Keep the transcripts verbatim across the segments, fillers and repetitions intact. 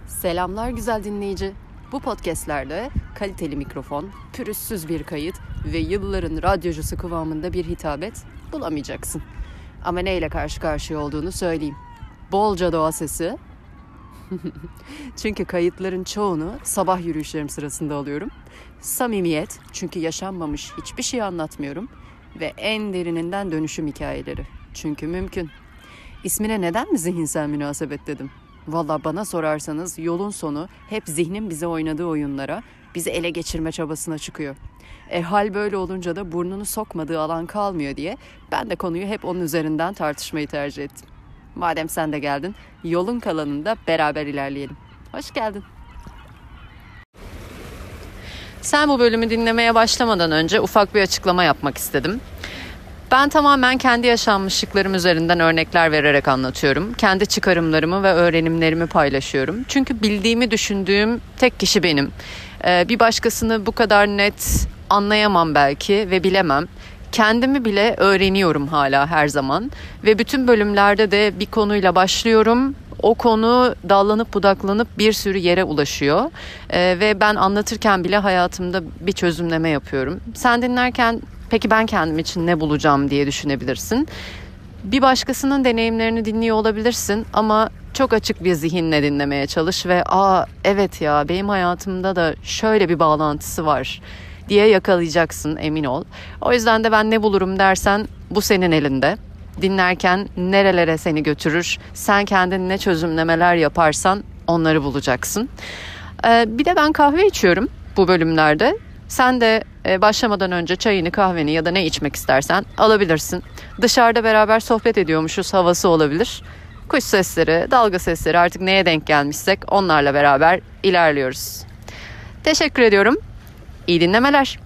Selamlar güzel dinleyici. Bu podcastlerde kaliteli mikrofon, pürüzsüz bir kayıt ve yılların radyocusu kıvamında bir hitabet bulamayacaksın. Ama neyle karşı karşıya olduğunu söyleyeyim. Bolca doğa sesi. Çünkü kayıtların çoğunu sabah yürüyüşlerim sırasında alıyorum. Samimiyet, çünkü yaşanmamış hiçbir şey anlatmıyorum. Ve en derininden dönüşüm hikayeleri. Çünkü mümkün. İsmine neden mi zihinsel münasebet dedim? Valla bana sorarsanız yolun sonu hep zihnin bize oynadığı oyunlara, bizi ele geçirme çabasına çıkıyor. E hal böyle olunca da burnunu sokmadığı alan kalmıyor diye ben de konuyu hep onun üzerinden tartışmayı tercih ettim. Madem sen de geldin, yolun kalanında beraber ilerleyelim. Hoş geldin. Sen bu bölümü dinlemeye başlamadan önce ufak bir açıklama yapmak istedim. Ben tamamen kendi yaşanmışlıklarım üzerinden örnekler vererek anlatıyorum. Kendi çıkarımlarımı ve öğrenimlerimi paylaşıyorum. Çünkü bildiğimi düşündüğüm tek kişi benim. Ee, bir başkasını bu kadar net anlayamam belki ve bilemem. Kendimi bile öğreniyorum hala her zaman. Ve bütün bölümlerde de bir konuyla başlıyorum. O konu dallanıp budaklanıp bir sürü yere ulaşıyor. Ee, ve ben anlatırken bile hayatımda bir çözümleme yapıyorum. Sen dinlerken peki ben kendim için ne bulacağım diye düşünebilirsin. Bir başkasının deneyimlerini dinliyor olabilirsin ama çok açık bir zihinle dinlemeye çalış ve aa evet ya benim hayatımda da şöyle bir bağlantısı var diye yakalayacaksın, emin ol. O yüzden de ben ne bulurum dersen bu senin elinde. Dinlerken nerelere seni götürür, sen kendin ne çözümlemeler yaparsan onları bulacaksın. Ee, bir de ben kahve içiyorum bu bölümlerde. Sen de başlamadan önce çayını, kahveni ya da ne içmek istersen alabilirsin. Dışarıda beraber sohbet ediyormuşuz havası olabilir. Kuş sesleri, dalga sesleri, artık neye denk gelmişsek onlarla beraber ilerliyoruz. Teşekkür ediyorum. İyi dinlemeler.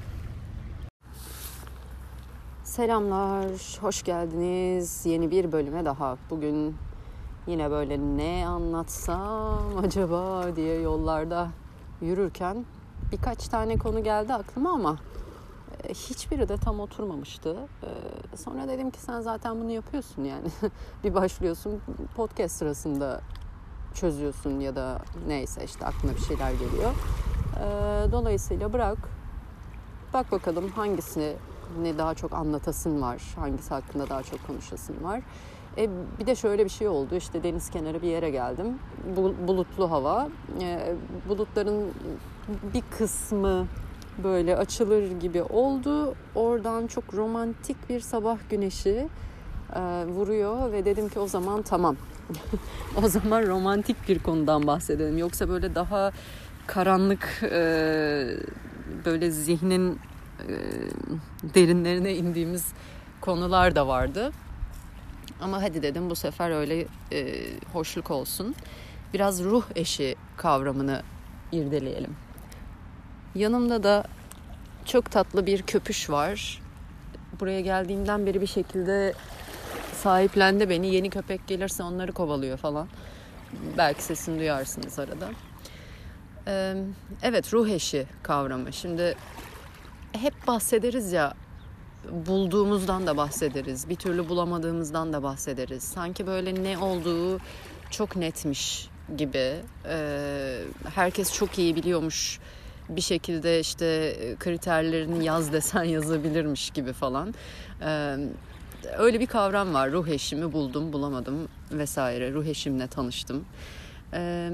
Selamlar, hoş geldiniz. Yeni bir bölüme daha. Bugün yine böyle ne anlatsam acaba diye yollarda yürürken birkaç tane konu geldi aklıma ama hiçbiri de tam oturmamıştı. Sonra dedim ki sen zaten bunu yapıyorsun yani. Bir başlıyorsun podcast sırasında çözüyorsun ya da neyse işte aklına bir şeyler geliyor. Dolayısıyla bırak. Bak bakalım hangisini ne daha çok anlatasın var. Hangisi hakkında daha çok konuşasın var. E, bir de şöyle bir şey oldu. İşte deniz kenarı bir yere geldim. Bulutlu hava. E, bulutların bir kısmı böyle açılır gibi oldu. Oradan çok romantik bir sabah güneşi e, vuruyor ve dedim ki o zaman tamam. O zaman romantik bir konudan bahsedelim. Yoksa böyle daha karanlık e, böyle zihnin e, derinlerine indiğimiz konular da vardı. Ama hadi dedim bu sefer öyle e, hoşluk olsun. Biraz ruh eşi kavramını irdeleyelim. Yanımda da çok tatlı bir köpüş var. Buraya geldiğimden beri bir şekilde sahiplendi beni. Yeni köpek gelirse onları kovalıyor falan. Belki sesini duyarsınız arada. Ee, evet, ruh eşi kavramı. Şimdi hep bahsederiz ya, bulduğumuzdan da bahsederiz. Bir türlü bulamadığımızdan da bahsederiz. Sanki böyle ne olduğu çok netmiş gibi. Ee, herkes çok iyi biliyormuş. Bir şekilde işte kriterlerini yaz desen yazabilirmiş gibi falan. Ee, öyle bir kavram var. Ruh eşimi buldum, bulamadım vesaire. Ruh eşimle tanıştım. Ee,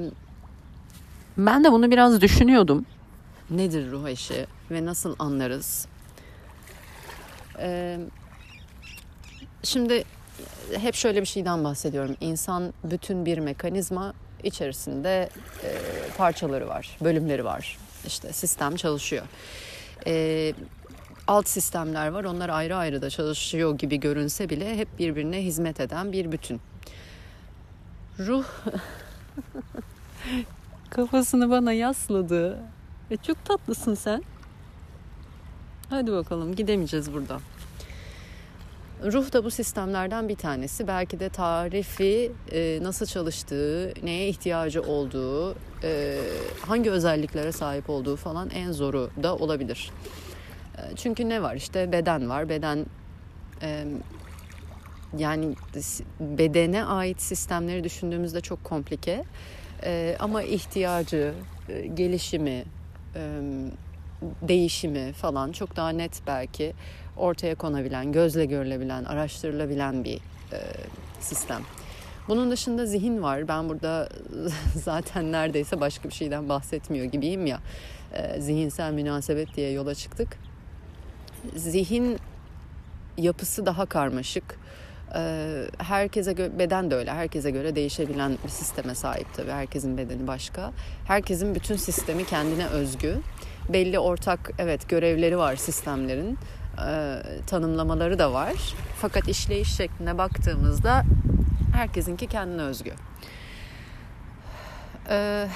ben de bunu biraz düşünüyordum. Nedir ruh eşi ve nasıl anlarız? Ee, şimdi hep şöyle bir şeyden bahsediyorum. İnsan bütün bir mekanizma, içerisinde e, parçaları var, bölümleri var. İşte sistem çalışıyor. Ee, alt sistemler var. Onlar ayrı ayrı da çalışıyor gibi görünse bile hep birbirine hizmet eden bir bütün. Ruh kafasını bana yasladı. E, çok tatlısın sen. Hadi bakalım, gidemeyeceğiz buradan. Ruh da bu sistemlerden bir tanesi. Belki de tarifi e, nasıl çalıştığı, neye ihtiyacı olduğu, e, hangi özelliklere sahip olduğu falan en zoru da olabilir. E, çünkü ne var? İşte beden var. Beden e, yani bedene ait sistemleri düşündüğümüzde çok komplike. E, ama ihtiyacı, e, gelişimi, e, değişimi falan çok daha net belki ortaya konabilen, gözle görülebilen, araştırılabilen bir e, sistem. Bunun dışında zihin var. Ben burada zaten neredeyse başka bir şeyden bahsetmiyor gibiyim ya. E, zihinsel münasebet diye yola çıktık. Zihin yapısı daha karmaşık. E, herkese göre, beden de öyle. Herkese göre değişebilen bir sisteme sahip tabii. Herkesin bedeni başka. Herkesin bütün sistemi kendine özgü. Belli ortak evet görevleri var sistemlerin. E, tanımlamaları da var. Fakat işleyiş şekline baktığımızda herkesinki kendine özgü. Ee,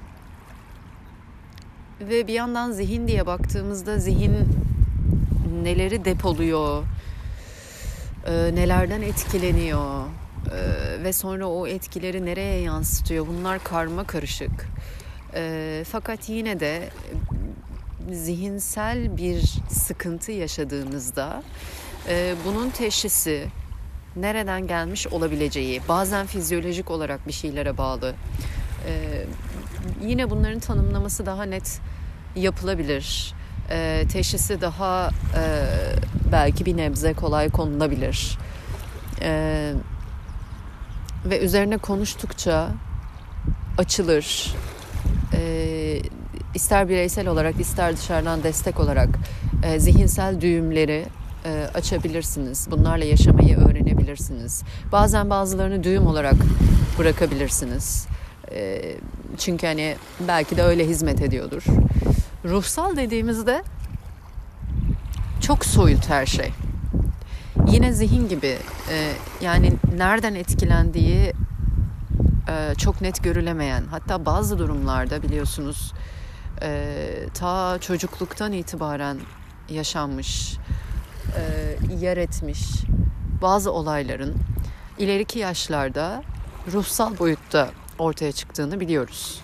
ve bir yandan zihin diye baktığımızda zihin neleri depoluyor, e, nelerden etkileniyor e, ve sonra o etkileri nereye yansıtıyor? Bunlar karma karışık. E, fakat yine de zihinsel bir sıkıntı yaşadığınızda e, bunun teşhisi nereden gelmiş olabileceği, bazen fizyolojik olarak bir şeylere bağlı. Ee, yine bunların tanımlaması daha net yapılabilir. Ee, teşhisi daha e, belki bir nebze kolay konulabilir. Ee, ve üzerine konuştukça açılır. Ee, ister bireysel olarak, ister dışarıdan destek olarak e, zihinsel düğümleri açabilirsiniz. Bunlarla yaşamayı öğrenebilirsiniz. Bazen bazılarını düğüm olarak bırakabilirsiniz. Çünkü hani belki de öyle hizmet ediyordur. Ruhsal dediğimizde çok soyut her şey. Yine zihin gibi yani nereden etkilendiği çok net görülemeyen, hatta bazı durumlarda biliyorsunuz ta çocukluktan itibaren yaşanmış, yer etmiş bazı olayların ileriki yaşlarda ruhsal boyutta ortaya çıktığını biliyoruz.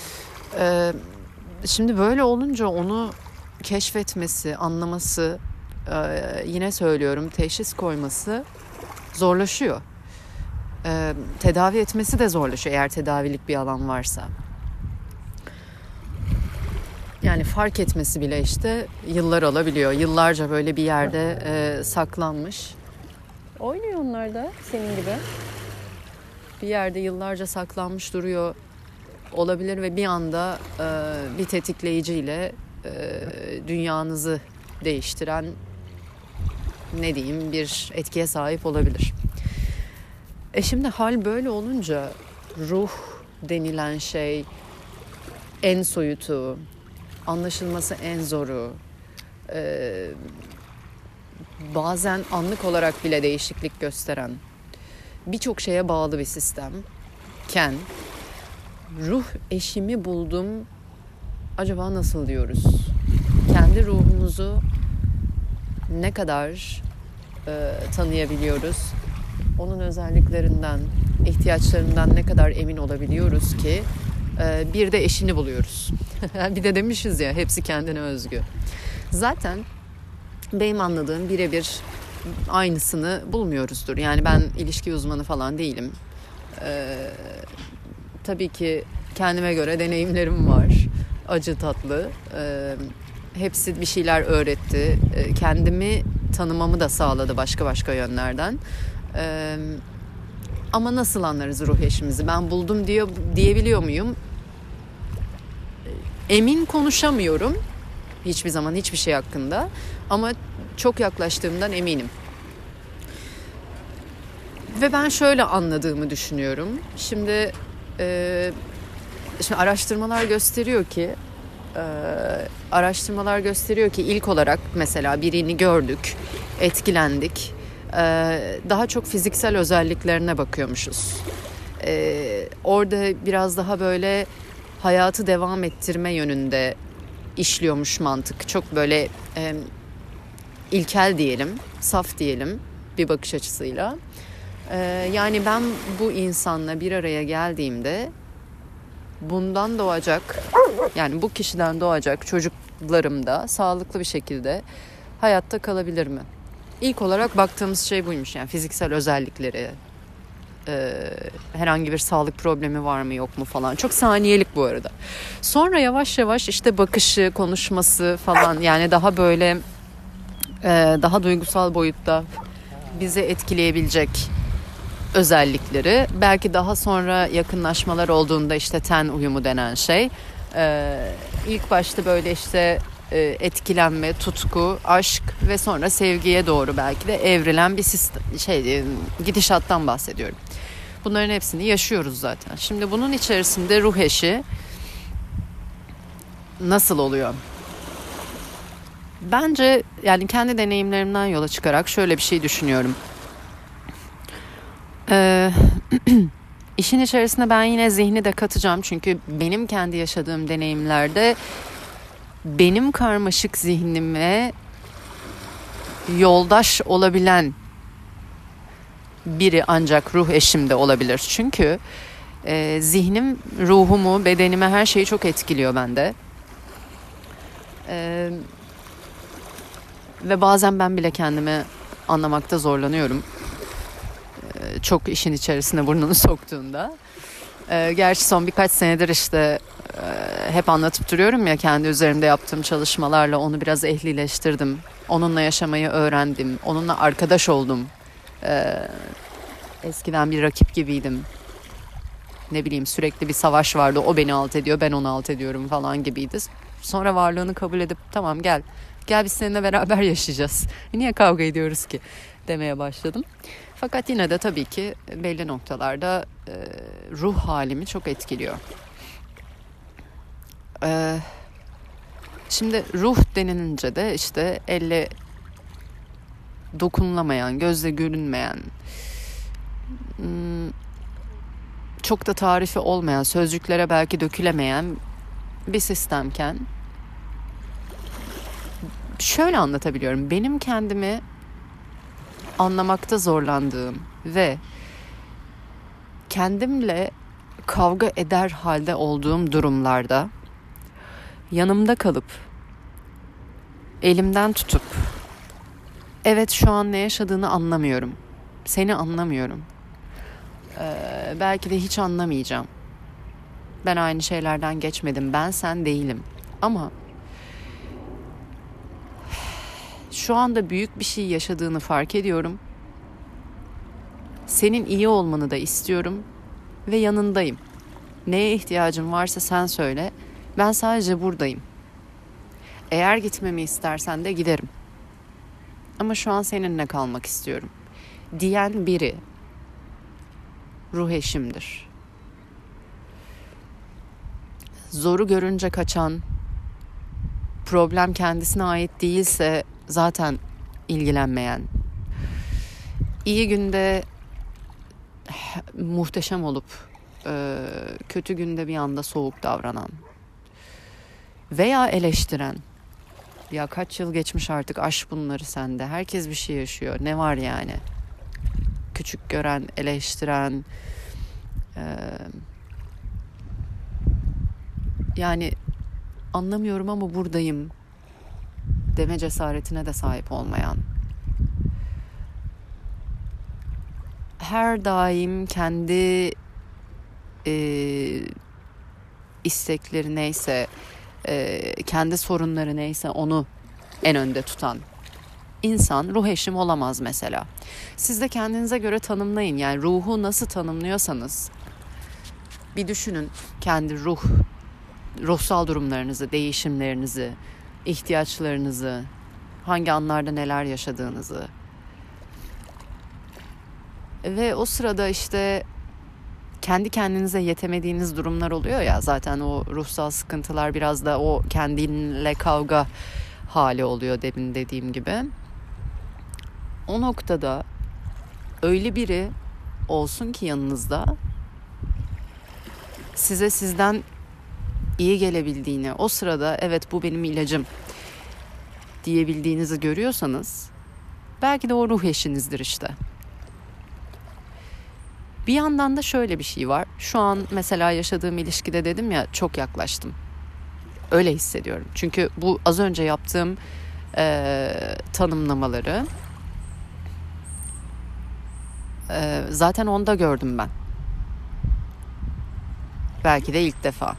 Şimdi böyle olunca onu keşfetmesi, anlaması, yine söylüyorum teşhis koyması zorlaşıyor. Tedavi etmesi de zorlaşıyor eğer tedavilik bir alan varsa. Yani fark etmesi bile işte yıllar alabiliyor. Yıllarca böyle bir yerde e, saklanmış. Oynuyor onlar da senin gibi. Bir yerde yıllarca saklanmış duruyor olabilir ve bir anda e, bir tetikleyiciyle e, dünyanızı değiştiren ne diyeyim bir etkiye sahip olabilir. E şimdi hal böyle olunca ruh denilen şey en soyutu, anlaşılması en zoru, ee, bazen anlık olarak bile değişiklik gösteren birçok şeye bağlı bir sistemken ruh eşimi buldum acaba nasıl diyoruz? Kendi ruhumuzu ne kadar e, tanıyabiliyoruz? Onun özelliklerinden, ihtiyaçlarından ne kadar emin olabiliyoruz ki e, bir de eşini buluyoruz. Bir de demişiz ya hepsi kendine özgü. Zaten benim anladığım birebir aynısını bulmuyoruzdur. Yani ben ilişki uzmanı falan değilim. Ee, tabii ki kendime göre deneyimlerim var. Acı tatlı. Ee, hepsi bir şeyler öğretti. Ee, kendimi tanımamı da sağladı başka başka yönlerden. Ee, ama nasıl anlarız ruh eşimizi? Ben buldum diye diyebiliyor muyum? Emin konuşamıyorum hiçbir zaman hiçbir şey hakkında ama çok yaklaştığımdan eminim. Ve ben şöyle anladığımı düşünüyorum. Şimdi, e, şimdi araştırmalar gösteriyor ki e, araştırmalar gösteriyor ki ilk olarak mesela birini gördük, etkilendik. E, daha çok fiziksel özelliklerine bakıyormuşuz. E, orada biraz daha böyle hayatı devam ettirme yönünde işliyormuş mantık. Çok böyle e, ilkel diyelim, saf diyelim bir bakış açısıyla. E, yani ben bu insanla bir araya geldiğimde bundan doğacak, yani bu kişiden doğacak çocuklarım da sağlıklı bir şekilde hayatta kalabilir mi? İlk olarak baktığımız şey buymuş, yani fiziksel özellikleri, Ee, herhangi bir sağlık problemi var mı yok mu falan. Çok saniyelik bu arada. Sonra yavaş yavaş işte bakışı, konuşması falan, yani daha böyle e, daha duygusal boyutta bizi etkileyebilecek özellikleri. Belki daha sonra yakınlaşmalar olduğunda işte ten uyumu denen şey. Ee, ilk başta böyle işte e, etkilenme, tutku, aşk ve sonra sevgiye doğru belki de evrilen bir sistem, şey, gidişattan bahsediyorum. Bunların hepsini yaşıyoruz zaten. Şimdi bunun içerisinde ruh eşi nasıl oluyor? Bence yani kendi deneyimlerimden yola çıkarak şöyle bir şey düşünüyorum. Ee, işin içerisine ben yine zihni de katacağım. Çünkü benim kendi yaşadığım deneyimlerde benim karmaşık zihnime yoldaş olabilen biri ancak ruh eşim de olabilir. Çünkü e, zihnim ruhumu, bedenimi, her şeyi çok etkiliyor bende. E, ve bazen ben bile kendimi anlamakta zorlanıyorum. E, çok işin içerisine burnunu soktuğunda. E, gerçi son birkaç senedir işte e, hep anlatıp duruyorum ya, kendi üzerimde yaptığım çalışmalarla onu biraz ehlileştirdim. Onunla yaşamayı öğrendim. Onunla arkadaş oldum. Ee, eskiden bir rakip gibiydim. Ne bileyim, sürekli bir savaş vardı. O beni alt ediyor, ben onu alt ediyorum falan gibiydi. Sonra varlığını kabul edip tamam gel. Gel biz seninle beraber yaşayacağız. Niye kavga ediyoruz ki demeye başladım. Fakat yine de tabii ki belli noktalarda e, ruh halimi çok etkiliyor. E, şimdi ruh denilince de işte elle dokunulamayan, gözle görünmeyen, çok da tarifi olmayan, sözcüklere belki dökülemeyen bir sistemken şöyle anlatabiliyorum. Benim kendimi anlamakta zorlandığım ve kendimle kavga eder halde olduğum durumlarda yanımda kalıp elimden tutup evet şu an ne yaşadığını anlamıyorum. Seni anlamıyorum. Ee, belki de hiç anlamayacağım. Ben aynı şeylerden geçmedim. Ben sen değilim. Ama şu anda büyük bir şey yaşadığını fark ediyorum. Senin iyi olmanı da istiyorum ve yanındayım. Neye ihtiyacın varsa sen söyle. Ben sadece buradayım. Eğer gitmemi istersen de giderim. Ama şu an seninle kalmak istiyorum diyen biri ruh eşimdir. Zoru görünce kaçan, problem kendisine ait değilse zaten ilgilenmeyen, iyi günde muhteşem olup kötü günde bir anda soğuk davranan veya eleştiren. Ya kaç yıl geçmiş artık, aş bunları sende. Herkes bir şey yaşıyor. Ne var yani? Küçük gören, eleştiren, e, yani anlamıyorum ama buradayım deme cesaretine de sahip olmayan, her daim kendi e, istekleri neyse, e, kendi sorunları neyse onu en önde tutan insan ruh eşim olamaz mesela. Siz de kendinize göre tanımlayın. Yani ruhu nasıl tanımlıyorsanız bir düşünün, kendi ruh, ruhsal durumlarınızı, değişimlerinizi, ihtiyaçlarınızı, hangi anlarda neler yaşadığınızı. Ve o sırada işte kendi kendinize yetemediğiniz durumlar oluyor ya, zaten o ruhsal sıkıntılar biraz da o kendinle kavga hali oluyor demin dediğim gibi. O noktada öyle biri olsun ki yanınızda, size sizden iyi gelebildiğini, o sırada evet bu benim ilacım diyebildiğinizi görüyorsanız belki de o ruh eşinizdir işte. Bir yandan da şöyle bir şey var. Şu an mesela yaşadığım ilişkide dedim ya, çok yaklaştım. Öyle hissediyorum. Çünkü bu az önce yaptığım e, tanımlamaları Ee, zaten onda gördüm ben. Belki de ilk defa.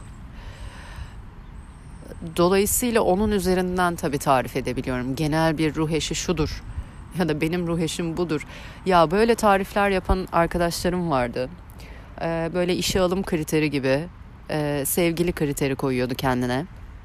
Dolayısıyla onun üzerinden tabii tarif edebiliyorum. Genel bir ruh eşi şudur ya da benim ruh eşim budur. Ya böyle tarifler yapan arkadaşlarım vardı. Ee, böyle işe alım kriteri gibi e, sevgili kriteri koyuyordu kendine.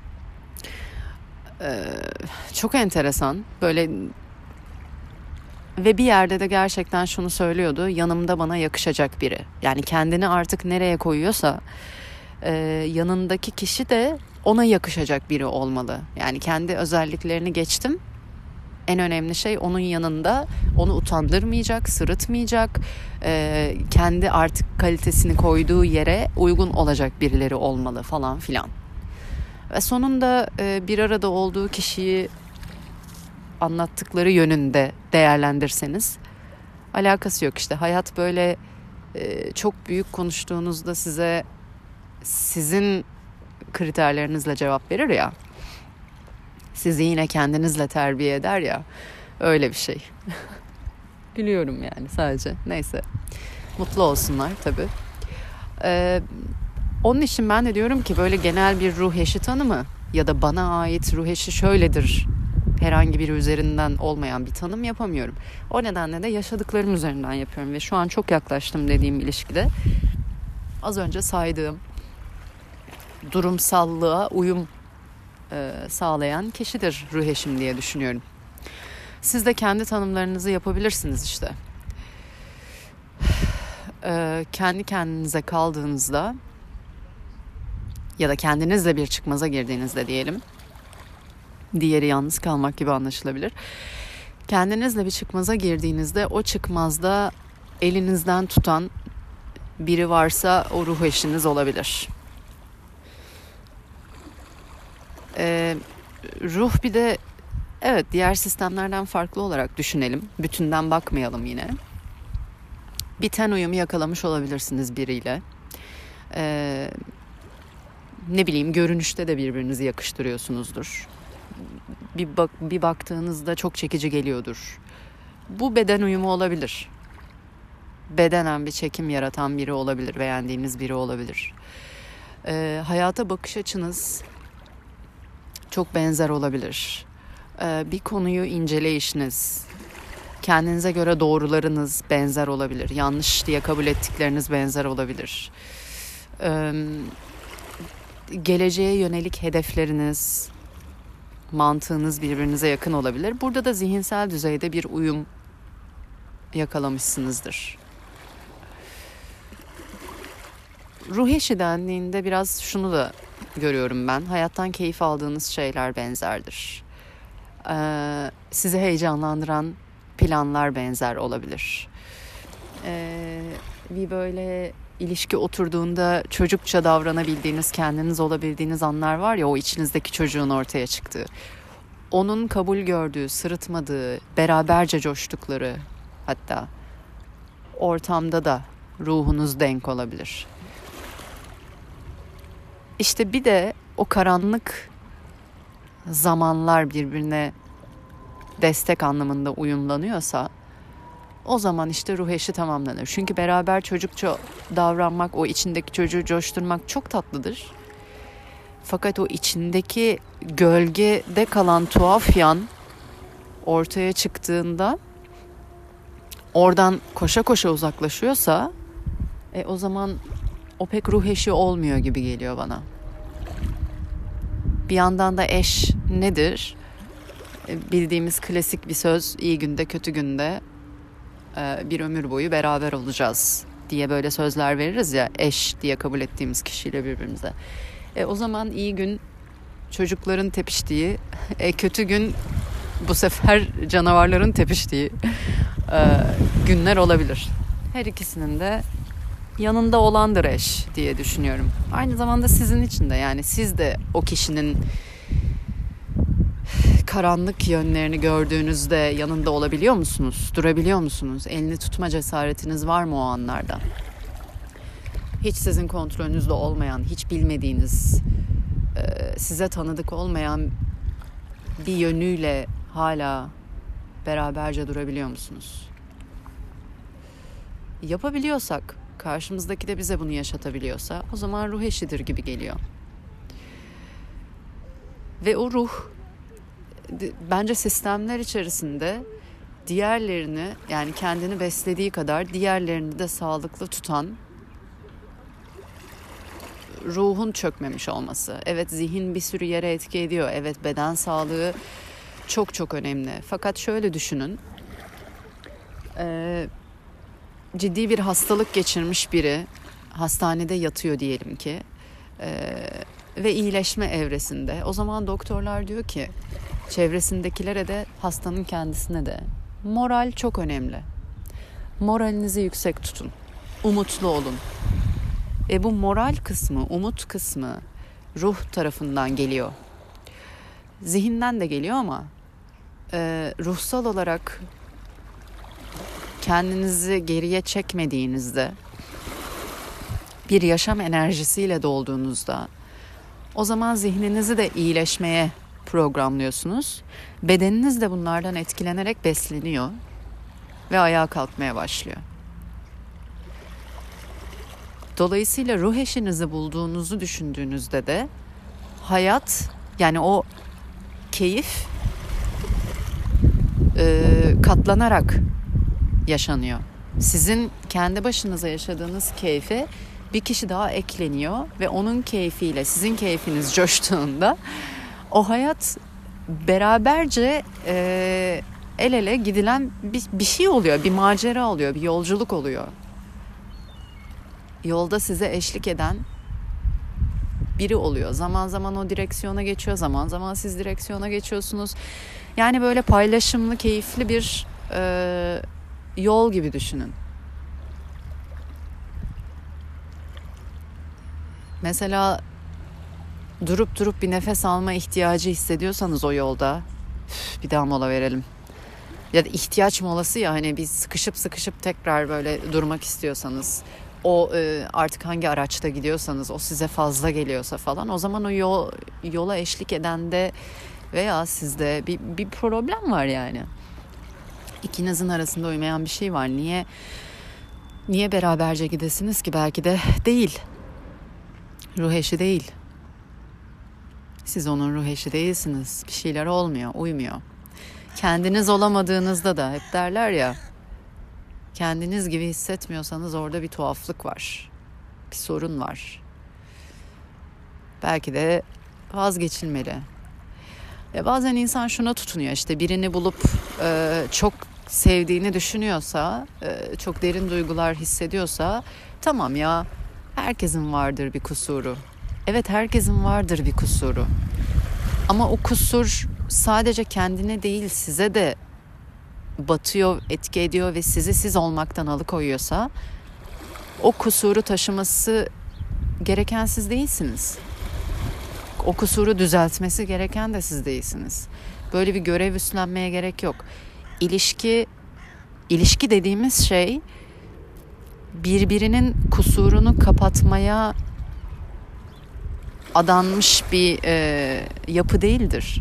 Ee, çok enteresan. Böyle ve bir yerde de gerçekten şunu söylüyordu. Yanımda bana yakışacak biri. Yani kendini artık nereye koyuyorsa e, yanındaki kişi de ona yakışacak biri olmalı. Yani kendi özelliklerini geçtim. En önemli şey onun yanında onu utandırmayacak, sırıtmayacak, e, kendi artık kalitesini koyduğu yere uygun olacak birileri olmalı falan filan. Ve sonunda e, bir arada olduğu kişiyi anlattıkları yönünde değerlendirseniz alakası yok işte. Hayat böyle e, çok büyük konuştuğunuzda size sizin kriterlerinizle cevap verir ya. Sizi yine kendinizle terbiye eder ya. Öyle bir şey. Gülüyorum yani sadece. Neyse. Mutlu olsunlar tabii. Ee, onun için ben de diyorum ki böyle genel bir ruh eşi tanımı ya da bana ait ruh eşi şöyledir, herhangi biri üzerinden olmayan bir tanım yapamıyorum. O nedenle de yaşadıklarım üzerinden yapıyorum ve şu an çok yaklaştım dediğim ilişkide az önce saydığım durumsallığa uyum e, sağlayan kişidir ruh eşim diye düşünüyorum. Siz de kendi tanımlarınızı yapabilirsiniz işte. E, kendi kendinize kaldığınızda ya da kendinizle bir çıkmaza girdiğinizde diyelim. Diğeri yalnız kalmak gibi anlaşılabilir. Kendinizle bir çıkmaza girdiğinizde o çıkmazda elinizden tutan biri varsa o ruh eşiniz olabilir. Ee, ruh bir de evet diğer sistemlerden farklı olarak düşünelim. Bütünden bakmayalım yine. Bir ten uyumu yakalamış olabilirsiniz biriyle. Ee, ne bileyim görünüşte de birbirinizi yakıştırıyorsunuzdur. Bir, bak, bir baktığınızda çok çekici geliyordur. Bu beden uyumu olabilir. Bedenen bir çekim yaratan biri olabilir. Beğendiğiniz biri olabilir. Ee, hayata bakış açınız çok benzer olabilir. Ee, bir konuyu inceleyişiniz, kendinize göre doğrularınız benzer olabilir. Yanlış diye kabul ettikleriniz benzer olabilir. Ee, geleceğe yönelik hedefleriniz, mantığınız birbirinize yakın olabilir. Burada da zihinsel düzeyde bir uyum yakalamışsınızdır. Ruh eşi dendiğinde biraz şunu da görüyorum ben. Hayattan keyif aldığınız şeyler benzerdir. Ee, sizi heyecanlandıran planlar benzer olabilir. Ee, bir böyle ilişki oturduğunda çocukça davranabildiğiniz, kendiniz olabildiğiniz anlar var ya, o içinizdeki çocuğun ortaya çıktığı. Onun kabul gördüğü, sırıtmadığı, beraberce coştukları, hatta ortamda da ruhunuz denk olabilir. İşte bir de o karanlık zamanlar birbirine destek anlamında uyumlanıyorsa o zaman işte ruh eşi tamamlanır. Çünkü beraber çocukça davranmak, o içindeki çocuğu coşturmak çok tatlıdır. Fakat o içindeki gölgede kalan tuhaf yan ortaya çıktığında oradan koşa koşa uzaklaşıyorsa e, o zaman o pek ruh eşi olmuyor gibi geliyor bana. Bir yandan da eş nedir? E, bildiğimiz klasik bir söz, iyi günde kötü günde e, bir ömür boyu beraber olacağız diye böyle sözler veririz ya, eş diye kabul ettiğimiz kişiyle birbirimize. E, o zaman iyi gün çocukların tepiştiği, e, kötü gün bu sefer canavarların tepiştiği e, günler olabilir. Her ikisinin de yanında olandır eş diye düşünüyorum. Aynı zamanda sizin için de, yani siz de o kişinin karanlık yönlerini gördüğünüzde yanında olabiliyor musunuz? Durabiliyor musunuz? Elini tutma cesaretiniz var mı o anlarda? Hiç sizin kontrolünüzde olmayan, hiç bilmediğiniz, size tanıdık olmayan bir yönüyle hala beraberce durabiliyor musunuz? yapabiliyorsak, karşımızdaki de bize bunu yaşatabiliyorsa o zaman ruh eşidir gibi geliyor. Ve o ruh bence sistemler içerisinde diğerlerini, yani kendini beslediği kadar diğerlerini de sağlıklı tutan ruhun çökmemiş olması. Evet, zihin bir sürü yere etki ediyor. Evet, beden sağlığı çok çok önemli. Fakat şöyle düşünün. Ee, ciddi bir hastalık geçirmiş biri hastanede yatıyor diyelim ki. Ee, ve iyileşme evresinde. O zaman doktorlar diyor ki çevresindekilere de hastanın kendisine de moral çok önemli. Moralinizi yüksek tutun. Umutlu olun. E bu moral kısmı, umut kısmı ruh tarafından geliyor. Zihinden de geliyor ama e, ruhsal olarak kendinizi geriye çekmediğinizde, bir yaşam enerjisiyle dolduğunuzda, o zaman zihninizi de iyileşmeye programlıyorsunuz. Bedeniniz de bunlardan etkilenerek besleniyor ve ayağa kalkmaya başlıyor. Dolayısıyla ruh eşinizi bulduğunuzu düşündüğünüzde de hayat, yani o keyif e, katlanarak yaşanıyor. Sizin kendi başınıza yaşadığınız keyfe bir kişi daha ekleniyor ve onun keyfiyle sizin keyfiniz coştuğunda o hayat beraberce e, el ele gidilen bir, bir şey oluyor, bir macera oluyor, bir yolculuk oluyor. Yolda size eşlik eden biri oluyor. Zaman zaman o direksiyona geçiyor, zaman zaman siz direksiyona geçiyorsunuz. Yani böyle paylaşımlı, keyifli bir e, yol gibi düşünün. Mesela durup durup bir nefes alma ihtiyacı hissediyorsanız o yolda, üf, bir daha mola verelim. Ya da ihtiyaç molası ya, hani biz sıkışıp sıkışıp tekrar böyle durmak istiyorsanız, o e, artık hangi araçta gidiyorsanız o size fazla geliyorsa falan, o zaman o yol, yola eşlik edende veya sizde bir, bir problem var yani. İkinizin arasında uymayan bir şey var. Niye niye beraberce gidesiniz ki? Belki de değil. Ruh eşi değil. Siz onun ruh eşi değilsiniz. Bir şeyler olmuyor, uymuyor. Kendiniz olamadığınızda da hep derler ya, kendiniz gibi hissetmiyorsanız orada bir tuhaflık var. Bir sorun var. Belki de vazgeçilmeli. E bazen insan şuna tutunuyor, işte birini bulup e, çok sevdiğini düşünüyorsa, e, çok derin duygular hissediyorsa, tamam ya, herkesin vardır bir kusuru. Evet, herkesin vardır bir kusuru. Ama o kusur sadece kendine değil size de batıyor, etki ediyor ve sizi siz olmaktan alıkoyuyorsa, o kusuru taşıması gereken siz değilsiniz. O kusuru düzeltmesi gereken de siz değilsiniz. Böyle bir görev üstlenmeye gerek yok. İlişki, ilişki dediğimiz şey birbirinin kusurunu kapatmaya adanmış bir e, yapı değildir.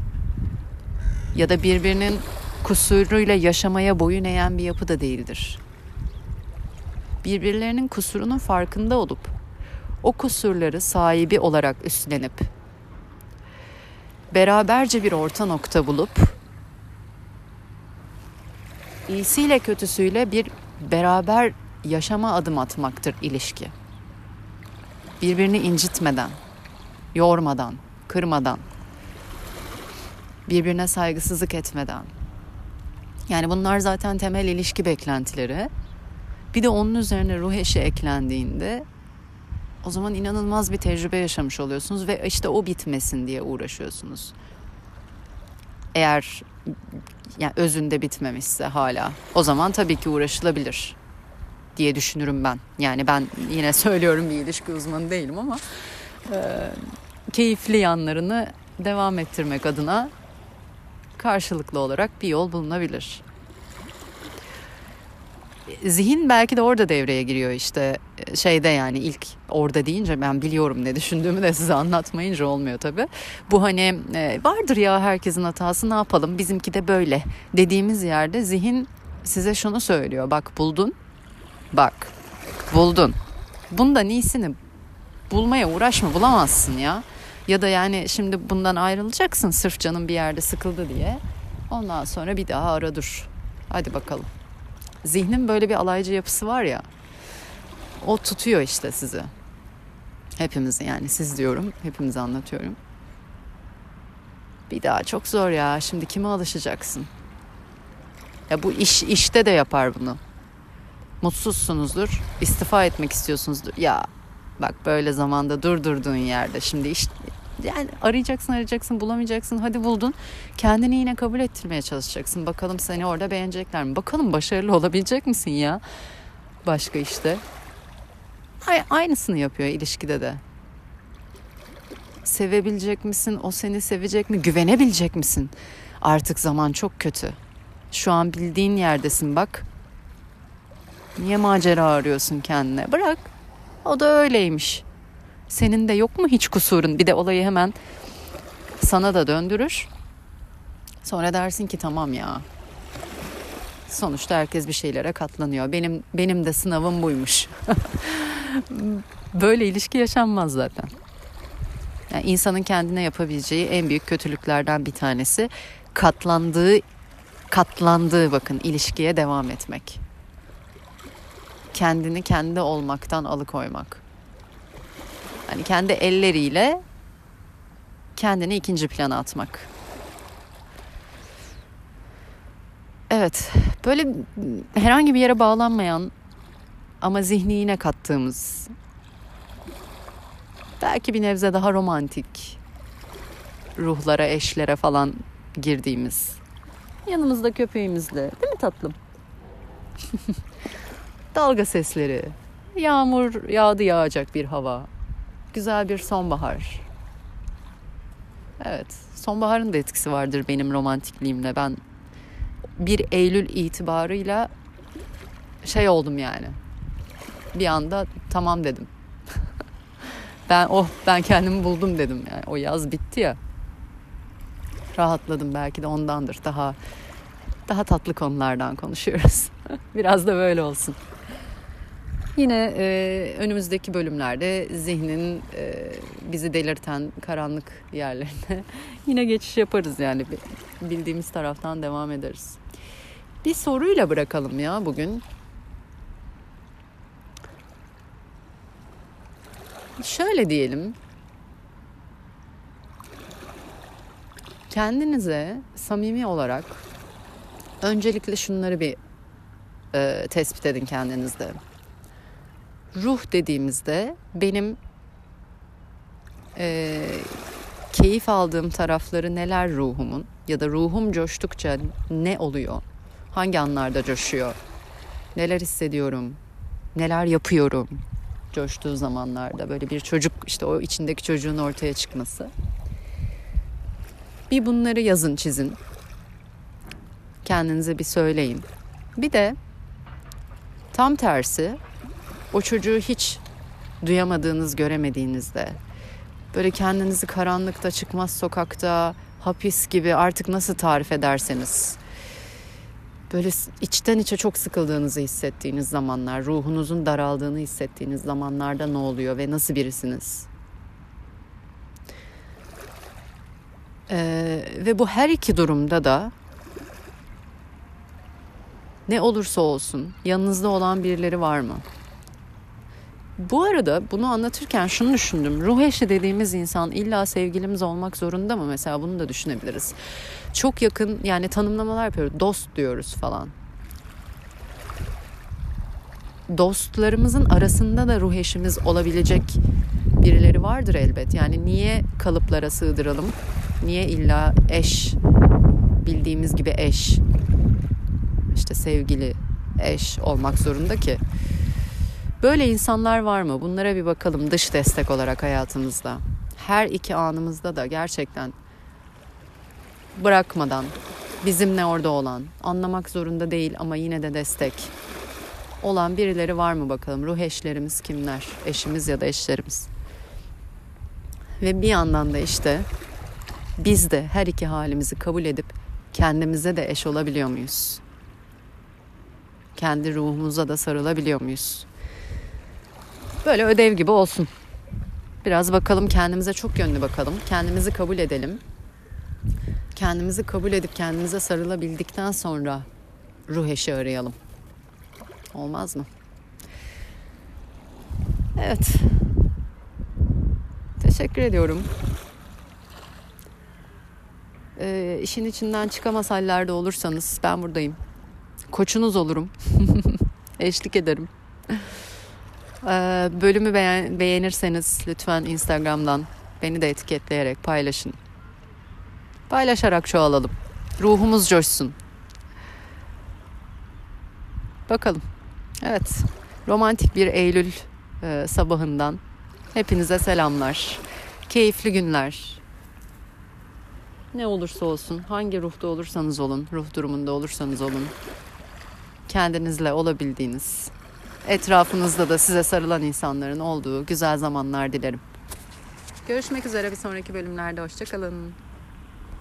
Ya da birbirinin kusuruyla yaşamaya boyun eğen bir yapı da değildir. Birbirlerinin kusurunun farkında olup o kusurları sahibi olarak üstlenip beraberce bir orta nokta bulup iyisiyle kötüsüyle bir beraber yaşama adım atmaktır ilişki. Birbirini incitmeden, yormadan, kırmadan, birbirine saygısızlık etmeden. Yani bunlar zaten temel ilişki beklentileri. Bir de onun üzerine ruh eşi eklendiğinde o zaman inanılmaz bir tecrübe yaşamış oluyorsunuz ve işte o bitmesin diye uğraşıyorsunuz. Eğer yani özünde bitmemişse hala, o zaman tabii ki uğraşılabilir diye düşünürüm ben. Yani ben yine söylüyorum, bir ilişki uzmanı değilim ama e, keyifli yanlarını devam ettirmek adına karşılıklı olarak bir yol bulunabilir. Zihin belki de orada devreye giriyor işte şeyde, yani ilk orada deyince ben biliyorum ne düşündüğümü de size anlatmayınca olmuyor tabii. Bu hani e, vardır ya herkesin hatası, ne yapalım bizimki de böyle dediğimiz yerde zihin size şunu söylüyor: bak buldun, Bak, buldun. Bundan iyisini bulmaya uğraşma, bulamazsın ya. Ya da yani şimdi bundan ayrılacaksın sırf canın bir yerde sıkıldı diye. Ondan sonra bir daha ara dur. Hadi bakalım. Zihnin böyle bir alaycı yapısı var ya. O tutuyor işte sizi. Hepimizi, yani siz diyorum. Hepimizi anlatıyorum. Bir daha çok zor ya. Şimdi kime alışacaksın? Ya bu iş işte de yapar bunu. Mutsuzsunuzdur. İstifa etmek istiyorsunuzdur. Ya bak, böyle zamanda durdurduğun yerde şimdi iş, yani arayacaksın arayacaksın bulamayacaksın. Hadi buldun. Kendini yine kabul ettirmeye çalışacaksın. Bakalım seni orada beğenecekler mi? Bakalım başarılı olabilecek misin ya? Başka işte. Aynısını yapıyor ilişkide de. Sevebilecek misin? O seni sevecek mi? Güvenebilecek misin? Artık zaman çok kötü. Şu an bildiğin yerdesin bak. Niye macera arıyorsun kendine? Bırak. O da öyleymiş. Senin de yok mu hiç kusurun? Bir de olayı hemen sana da döndürür. Sonra dersin ki tamam ya. Sonuçta herkes bir şeylere katlanıyor. Benim benim de sınavım buymuş. Böyle ilişki yaşanmaz zaten. Yani insanın kendine yapabileceği en büyük kötülüklerden bir tanesi katlandığı katlandığı bakın ilişkiye devam etmek. Kendini kendi olmaktan alıkoymak. Hani kendi elleriyle kendini ikinci plana atmak. Evet, böyle herhangi bir yere bağlanmayan ama zihni yine kattığımız, belki bir nebze daha romantik ruhlara, eşlere falan girdiğimiz, yanımızda köpeğimizle, değil mi tatlım? Dalga sesleri, yağmur yağdı yağacak bir hava, güzel bir sonbahar. Evet, sonbaharın da etkisi vardır benim romantikliğimle. Ben bir Eylül itibarıyla şey oldum yani. Bir anda tamam dedim. ben oh ben kendimi buldum dedim yani. O yaz bitti ya. Rahatladım, belki de ondandır. Daha daha tatlı konulardan konuşuyoruz. Biraz da böyle olsun. Yine e, önümüzdeki bölümlerde zihnin e, bizi delirten karanlık yerlerine yine geçiş yaparız yani. Bildiğimiz taraftan devam ederiz. Bir soruyla bırakalım ya bugün. Şöyle diyelim. Kendinize samimi olarak öncelikle şunları bir e, tespit edin kendinizde. Ruh dediğimizde benim e, keyif aldığım tarafları neler ruhumun, ya da ruhum coştukça ne oluyor? Hangi anlarda coşuyor? Neler hissediyorum? Neler yapıyorum? Coştuğu zamanlarda böyle bir çocuk, işte o içindeki çocuğun ortaya çıkması. Bir bunları yazın, çizin. Kendinize bir söyleyin. Bir de tam tersi, o çocuğu hiç duyamadığınız, göremediğinizde, böyle kendinizi karanlıkta, çıkmaz sokakta, hapis gibi, artık nasıl tarif ederseniz, böyle içten içe çok sıkıldığınızı hissettiğiniz zamanlar, ruhunuzun daraldığını hissettiğiniz zamanlarda ne oluyor ve nasıl birisiniz? Ee, ve bu her iki durumda da ne olursa olsun yanınızda olan birileri var mı? Bu arada bunu anlatırken şunu düşündüm. Ruh eşi dediğimiz insan illa sevgilimiz olmak zorunda mı? Mesela bunu da düşünebiliriz. Çok yakın, yani tanımlamalar yapıyoruz. Dost diyoruz falan. Dostlarımızın arasında da ruh eşimiz olabilecek birileri vardır elbet. Yani niye kalıplara sığdıralım? Niye illa eş, bildiğimiz gibi eş, işte sevgili, eş olmak zorunda ki? Böyle insanlar var mı? Bunlara bir bakalım, dış destek olarak hayatımızda. Her iki anımızda da gerçekten bırakmadan, bizimle orada olan, anlamak zorunda değil ama yine de destek olan birileri var mı bakalım? Ruh eşlerimiz kimler? Eşimiz ya da eşlerimiz. Ve bir yandan da işte biz de her iki halimizi kabul edip kendimize de eş olabiliyor muyuz? Kendi ruhumuza da sarılabiliyor muyuz? Böyle ödev gibi olsun. Biraz bakalım, kendimize çok yönlü bakalım. Kendimizi kabul edelim. Kendimizi kabul edip kendimize sarılabildikten sonra ruh eşi arayalım. Olmaz mı? Evet. Teşekkür ediyorum. Ee, işin içinden çıkamaz hallerde olursanız ben buradayım. Koçunuz olurum. Eşlik ederim. Ee, bölümü beğen- beğenirseniz lütfen Instagram'dan beni de etiketleyerek paylaşın. Paylaşarak çoğalalım. Ruhumuz coşsun. Bakalım. Evet. Romantik bir Eylül e, sabahından hepinize selamlar. Keyifli günler. Ne olursa olsun, hangi ruhta olursanız olun, ruh durumunda olursanız olun, kendinizle olabildiğiniz, etrafınızda da size sarılan insanların olduğu güzel zamanlar dilerim. Görüşmek üzere bir sonraki bölümlerde. Hoşça kalın.